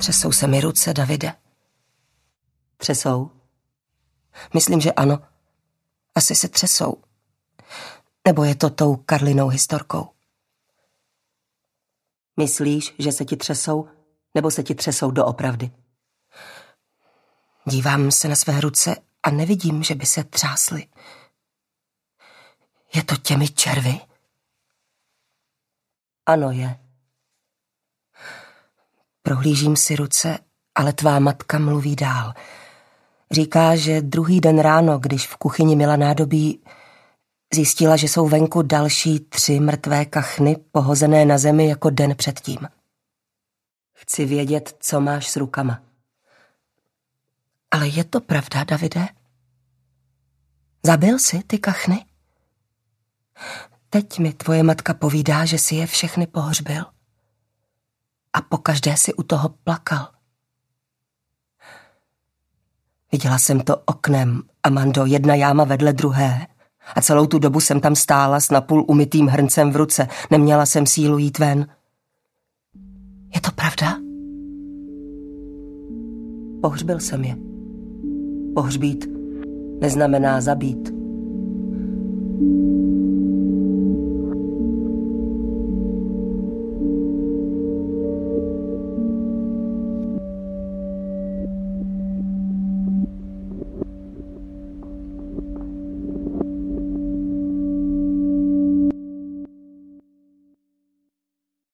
Třesou se mi ruce, Davide. Třesou? Myslím, že ano. Asi se třesou. Nebo je to tou Karlinou historkou. Myslíš, že se ti třesou, nebo se ti třesou doopravdy? Dívám se na své ruce a nevidím, že by se třásly. Je to těmi červy? Ano, je. Prohlížím si ruce, ale tvá matka mluví dál. Říká, že druhý den ráno, když v kuchyni myla nádobí, zjistila, že jsou venku další 3 mrtvé kachny pohozené na zemi jako den předtím. Chci vědět, co máš s rukama. Ale je to pravda, Davide? Zabil jsi ty kachny? Teď mi tvoje matka povídá, že si je všechny pohřbil. A pokaždé si u toho plakal. Viděla jsem to oknem, Amando, jedna jáma vedle druhé. A celou tu dobu jsem tam stála s napůl umytým hrncem v ruce. Neměla jsem sílu jít ven. Je to pravda? Pohřbil jsem je. Pohřbít neznamená zabít.